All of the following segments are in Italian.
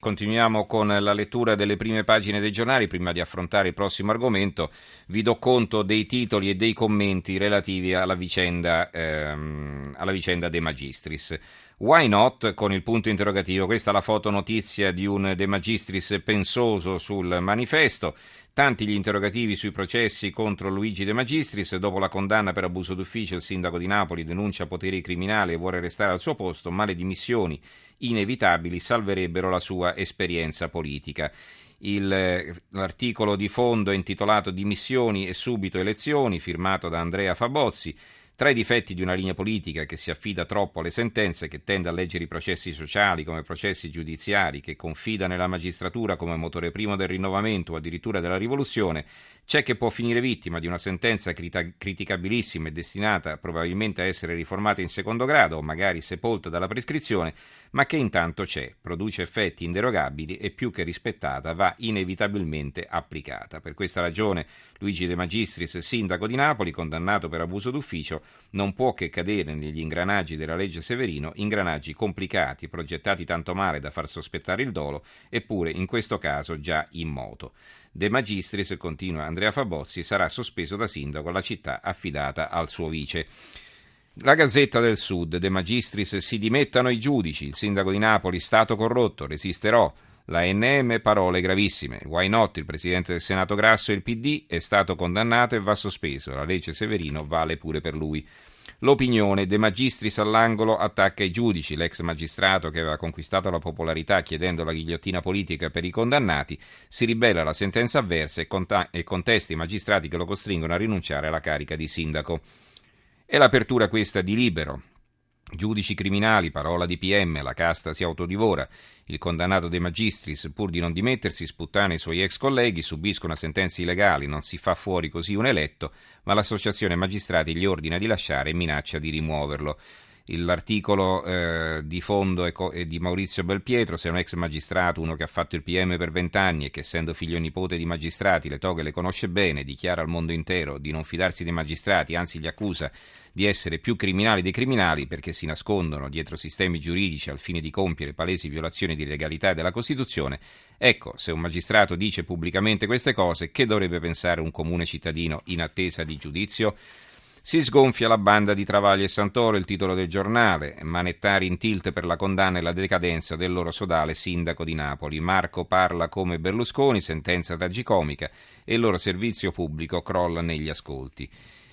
Continuiamo con la lettura delle prime pagine dei giornali. Prima di affrontare il prossimo argomento, vi do conto dei titoli e dei commenti relativi alla vicenda De Magistris. Why not? Con il punto interrogativo. Questa è la fotonotizia di un De Magistris pensoso sul Manifesto. Tanti gli interrogativi sui processi contro Luigi De Magistris. Dopo la condanna per abuso d'ufficio, il sindaco di Napoli denuncia poteri criminali e vuole restare al suo posto, ma le dimissioni inevitabili salverebbero la sua esperienza politica. L'articolo di fondo è intitolato Dimissioni e subito elezioni, firmato da Andrea Fabozzi. Tra i difetti di una linea politica che si affida troppo alle sentenze, che tende a leggere i processi sociali come processi giudiziari, che confida nella magistratura come motore primo del rinnovamento o addirittura della rivoluzione, c'è che può finire vittima di una sentenza criticabilissima e destinata probabilmente a essere riformata in secondo grado o magari sepolta dalla prescrizione, ma che intanto c'è, produce effetti inderogabili e più che rispettata va inevitabilmente applicata. Per questa ragione Luigi De Magistris, sindaco di Napoli, condannato per abuso d'ufficio, non può che cadere negli ingranaggi della legge Severino, ingranaggi complicati, progettati tanto male da far sospettare il dolo, eppure in questo caso già in moto. De Magistris, continua Andrea Fabozzi, sarà sospeso da sindaco alla città affidata al suo vice. La Gazzetta del Sud, De Magistris, si dimettano i giudici, il sindaco di Napoli, stato corrotto, resisterò. La NM, parole gravissime. Why not? Il presidente del Senato Grasso e il PD è stato condannato e va sospeso. La legge Severino vale pure per lui. L'Opinione, De Magistris all'angolo, attacca i giudici. L'ex magistrato che aveva conquistato la popolarità chiedendo la ghigliottina politica per i condannati si ribella alla sentenza avversa e contesta i magistrati che lo costringono a rinunciare alla carica di sindaco. È l'apertura questa di Libero. Giudici criminali, parola di PM, la casta si autodivora. Il condannato De Magistris, pur di non dimettersi, sputtana i suoi ex colleghi, subiscono sentenze illegali, non si fa fuori così un eletto, ma l'associazione magistrati gli ordina di lasciare e minaccia di rimuoverlo. L'articolo di fondo è di Maurizio Belpietro. Se un ex magistrato, uno che ha fatto il PM per 20 anni e che essendo figlio e nipote di magistrati le toghe le conosce bene, dichiara al mondo intero di non fidarsi dei magistrati, anzi li accusa di essere più criminali dei criminali perché si nascondono dietro sistemi giuridici al fine di compiere palesi violazioni di legalità e della Costituzione. Ecco, se un magistrato dice pubblicamente queste cose, che dovrebbe pensare un comune cittadino in attesa di giudizio? Si sgonfia la banda di Travaglio e Santoro, il titolo del giornale. Manettari in tilt per la condanna e la decadenza del loro sodale sindaco di Napoli. Marco parla come Berlusconi, sentenza tragicomica, e il loro servizio pubblico crolla negli ascolti.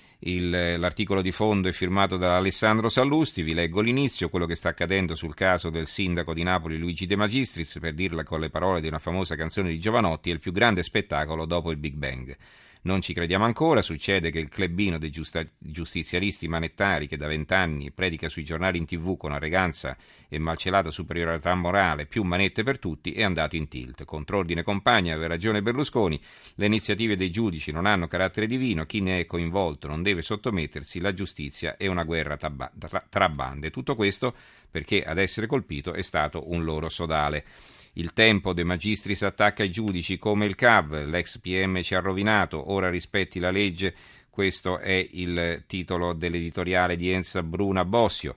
L'articolo di fondo è firmato da Alessandro Sallusti. Vi leggo l'inizio, quello che sta accadendo sul caso del sindaco di Napoli Luigi De Magistris, per dirla con le parole di una famosa canzone di Giovanotti, è il più grande spettacolo dopo il Big Bang. Non ci crediamo ancora, succede che il clubino dei giustizialisti manettari che da 20 anni predica sui giornali in TV con arroganza e malcelata superiorità morale, più manette per tutti, è andato in tilt. Contrordine compagni, aveva ragione Berlusconi, le iniziative dei giudici non hanno carattere divino, chi ne è coinvolto non deve sottomettersi, la giustizia è una guerra tra bande. Tutto questo perché ad essere colpito è stato un loro sodale. Il Tempo, De Magistris attacca i giudici come il CAV, l'ex PM ci ha rovinato, ora rispetti la legge, questo è il titolo dell'editoriale di Enza Bruna Bossio.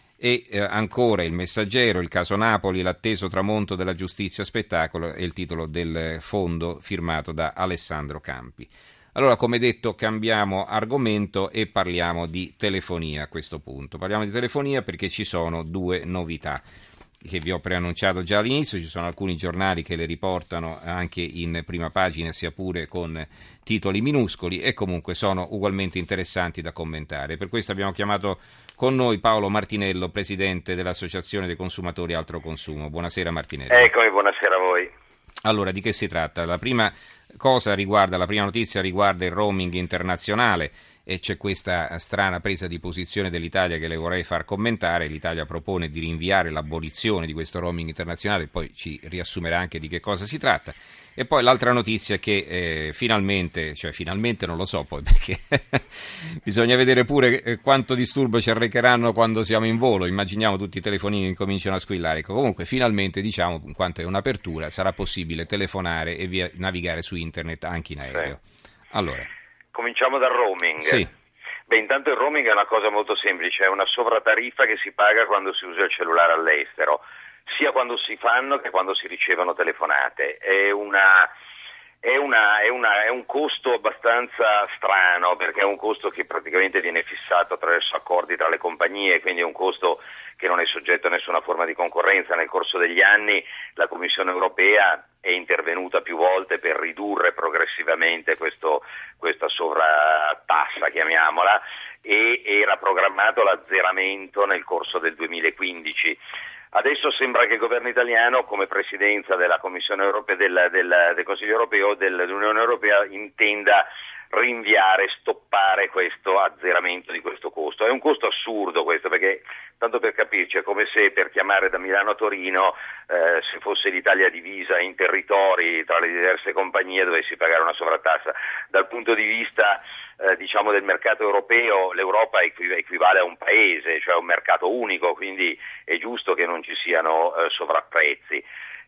E ancora Il Messaggero, il caso Napoli, l'atteso tramonto della giustizia spettacolo, è il titolo del fondo firmato da Alessandro Campi. Allora, come detto, cambiamo argomento e parliamo di telefonia a questo punto. Parliamo di telefonia perché ci sono due novità che vi ho preannunciato già all'inizio. Ci sono alcuni giornali che le riportano anche in prima pagina, sia pure con titoli minuscoli, e comunque sono ugualmente interessanti da commentare. Per questo abbiamo chiamato con noi Paolo Martinello, presidente dell'Associazione dei Consumatori Altro Consumo. Buonasera Martinello. Eccomi, buonasera a voi. Allora, di che si tratta? La prima notizia riguarda il roaming internazionale. E c'è questa strana presa di posizione dell'Italia che le vorrei far commentare. L'Italia propone di rinviare l'abolizione di questo roaming internazionale, poi ci riassumerà anche di che cosa si tratta. E poi l'altra notizia è che finalmente non lo so poi perché bisogna vedere pure quanto disturbo ci arrecheranno quando siamo in volo. Immaginiamo tutti i telefonini che cominciano a squillare. Ecco, comunque finalmente, diciamo, in quanto è un'apertura, sarà possibile telefonare e navigare su internet anche in aereo. Sì. Allora, cominciamo dal roaming. Sì. Beh, intanto il roaming è una cosa molto semplice, è una sovratariffa che si paga quando si usa il cellulare all'estero. sia quando si fanno che quando si ricevono telefonate. È un costo abbastanza strano, perché è un costo che praticamente viene fissato attraverso accordi tra le compagnie, quindi è un costo che non è soggetto a nessuna forma di concorrenza. Nel corso degli anni la Commissione europea è intervenuta più volte per ridurre progressivamente questa sovrattassa, chiamiamola, e era programmato l'azzeramento nel corso del 2015. Adesso sembra che il governo italiano, come presidenza della Commissione europea, del Consiglio europeo, dell'Unione Europea, intenda rinviare, stoppare questo azzeramento di questo costo. È un costo assurdo questo, perché, tanto per capirci, è come se per chiamare da Milano a Torino, se fosse l'Italia divisa in territori tra le diverse compagnie, dovessi pagare una sovrattassa. Dal punto di vista del mercato europeo, l'Europa equivale a un paese, cioè a un mercato unico, quindi è giusto che non ci siano sovrapprezzi.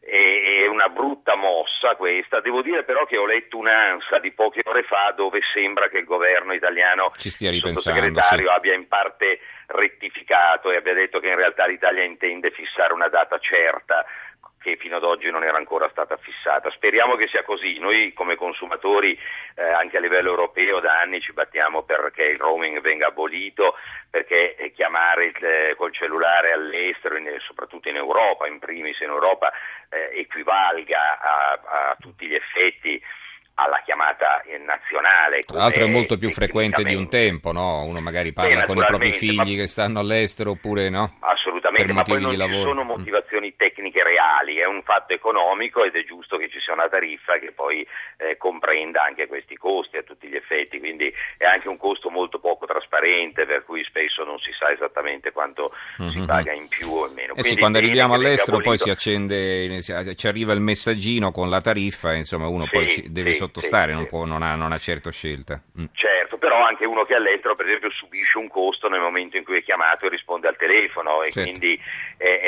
È una brutta mossa questa. Devo dire però che ho letto un'ANSA di poche ore fa dove sembra che il governo italiano, ci stia il ripensando, sottosegretario, sì, abbia in parte rettificato e abbia detto che in realtà l'Italia intende fissare una data certa che fino ad oggi non era ancora stata fissata. Speriamo che sia così. Noi come consumatori anche a livello europeo da anni ci battiamo perché il roaming venga abolito, perché chiamare col cellulare all'estero, soprattutto in Europa, in primis in Europa, equivalga a tutti gli effetti alla chiamata nazionale. tra l'altro è molto più frequente di un tempo, no? Uno magari parla con i propri figli che stanno all'estero, oppure no? Assolutamente, ma poi non ci sono motivazioni tecniche reali, è un fatto economico ed è giusto che ci sia una tariffa che poi comprenda anche questi costi a tutti gli effetti, quindi è anche un costo molto poco trasparente, per cui spesso non si sa esattamente quanto si paga in più o in meno. Sì, quando arriviamo all'estero poi si accende, ci arriva il messaggino con la tariffa, insomma uno poi deve sottostare, non ha certo scelta. Certo, però anche uno che è all'estero per esempio subisce un costo nel momento in cui è chiamato e risponde al telefono, e quindi è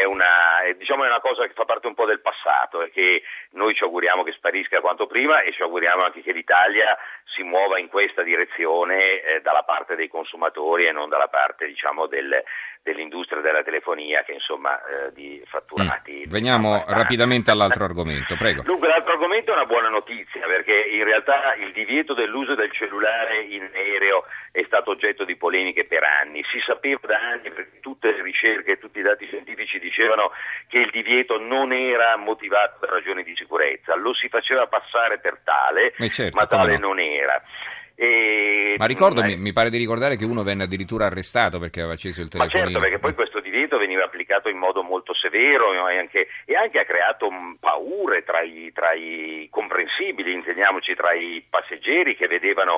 una cosa che fa parte un po' del passato e che noi ci auguriamo che sparisca quanto prima, e ci auguriamo anche che l'Italia si muova in questa direzione dalla parte dei consumatori e non dalla parte dell'industria della telefonia, che insomma di fatturati. Veniamo rapidamente all'altro argomento, prego. Dunque l'altro argomento è una buona notizia, perché in realtà il divieto dell'uso del cellulare in aereo è stato oggetto di polemiche per anni. Si sapeva da anni, perché tutte le ricerche e tutti i dati scientifici dicevano che il divieto non era motivato per ragioni di sicurezza, lo si faceva passare per tale, certo, ma tale non era. Ma mi pare di ricordare che uno venne addirittura arrestato perché aveva acceso il telefonino. Ma certo, perché poi questo divieto veniva applicato in modo molto severo e anche ha creato paure tra i comprensibili, intendiamoci, tra i passeggeri che vedevano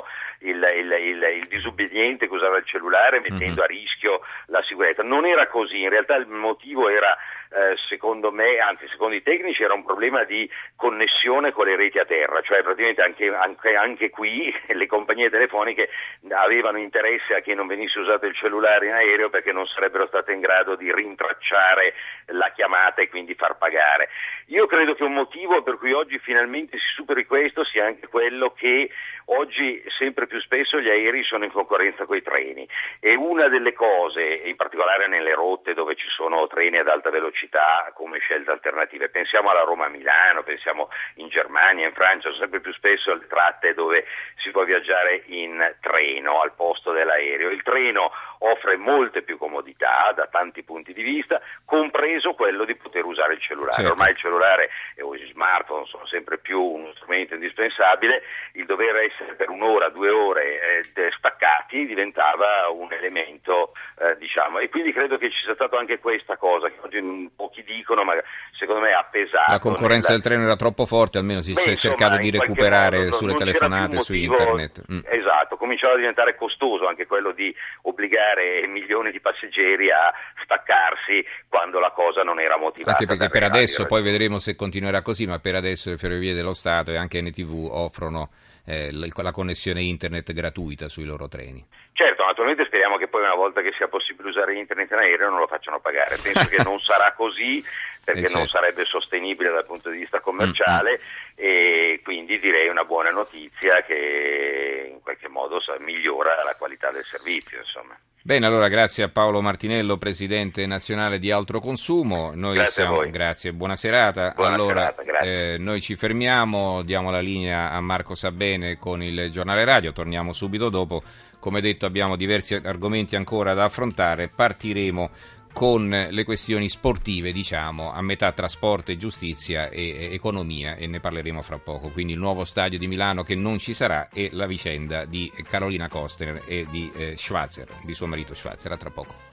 il disobbediente che usava il cellulare mettendo a rischio la sicurezza. Non era così, in realtà il motivo era, secondo me, anzi secondo i tecnici, era un problema di connessione con le reti a terra, cioè praticamente anche qui le compagnie telefoniche avevano interesse a che non venisse usato il cellulare in aereo, perché non sarebbero state in grado di rintracciare la chiamata e quindi far pagare. Io credo che un motivo per cui oggi finalmente si superi questo sia anche quello che oggi sempre più spesso gli aerei sono in concorrenza con i treni, e una delle cose, in particolare nelle rotte dove ci sono treni ad alta velocità come scelte alternative, pensiamo alla Roma-Milano, pensiamo in Germania, in Francia, sono sempre più spesso le tratte dove si può viaggiare in treno al posto dell'aereo. Il treno offre molte più comodità da tanti punti di vista, compreso quello di poter usare il cellulare. Certo. Ormai il cellulare e gli smartphone sono sempre più uno strumento indispensabile, il dover essere per un'ora, 2 ore staccati diventava un elemento, e quindi credo che ci sia stata anche questa cosa che oggi pochi dicono, ma secondo me ha pesato. La concorrenza del treno era troppo forte, almeno si è cercato di recuperare sulle telefonate, su internet. Esatto, cominciava a diventare costoso anche quello di obbligare milioni di passeggeri a staccarsi quando la cosa non era motivata. Anche perché per adesso, poi vedremo se continuerà così, ma per adesso le Ferrovie dello Stato e anche NTV offrono la connessione internet gratuita sui loro treni. Certo, naturalmente speriamo che poi una volta che sia possibile usare internet in aereo non lo facciano pagare. Penso che non sarà così, perché non sarebbe sostenibile dal punto di vista commerciale, e quindi direi una buona notizia che in qualche modo migliora la qualità del servizio, insomma. Bene, allora grazie a Paolo Martinello, presidente nazionale di Altro Consumo. Noi Grazie a voi. Grazie, buona serata. Buona allora, serata, grazie. noi ci fermiamo, diamo la linea a Marco Sabene con il giornale radio, torniamo subito dopo. Come detto, abbiamo diversi argomenti ancora da affrontare. Partiremo con le questioni sportive, diciamo, a metà tra sport e giustizia e economia, e ne parleremo fra poco. Quindi il nuovo stadio di Milano che non ci sarà e la vicenda di Carolina Costner e di Schwarzer, di suo marito Schwarzer. A tra poco.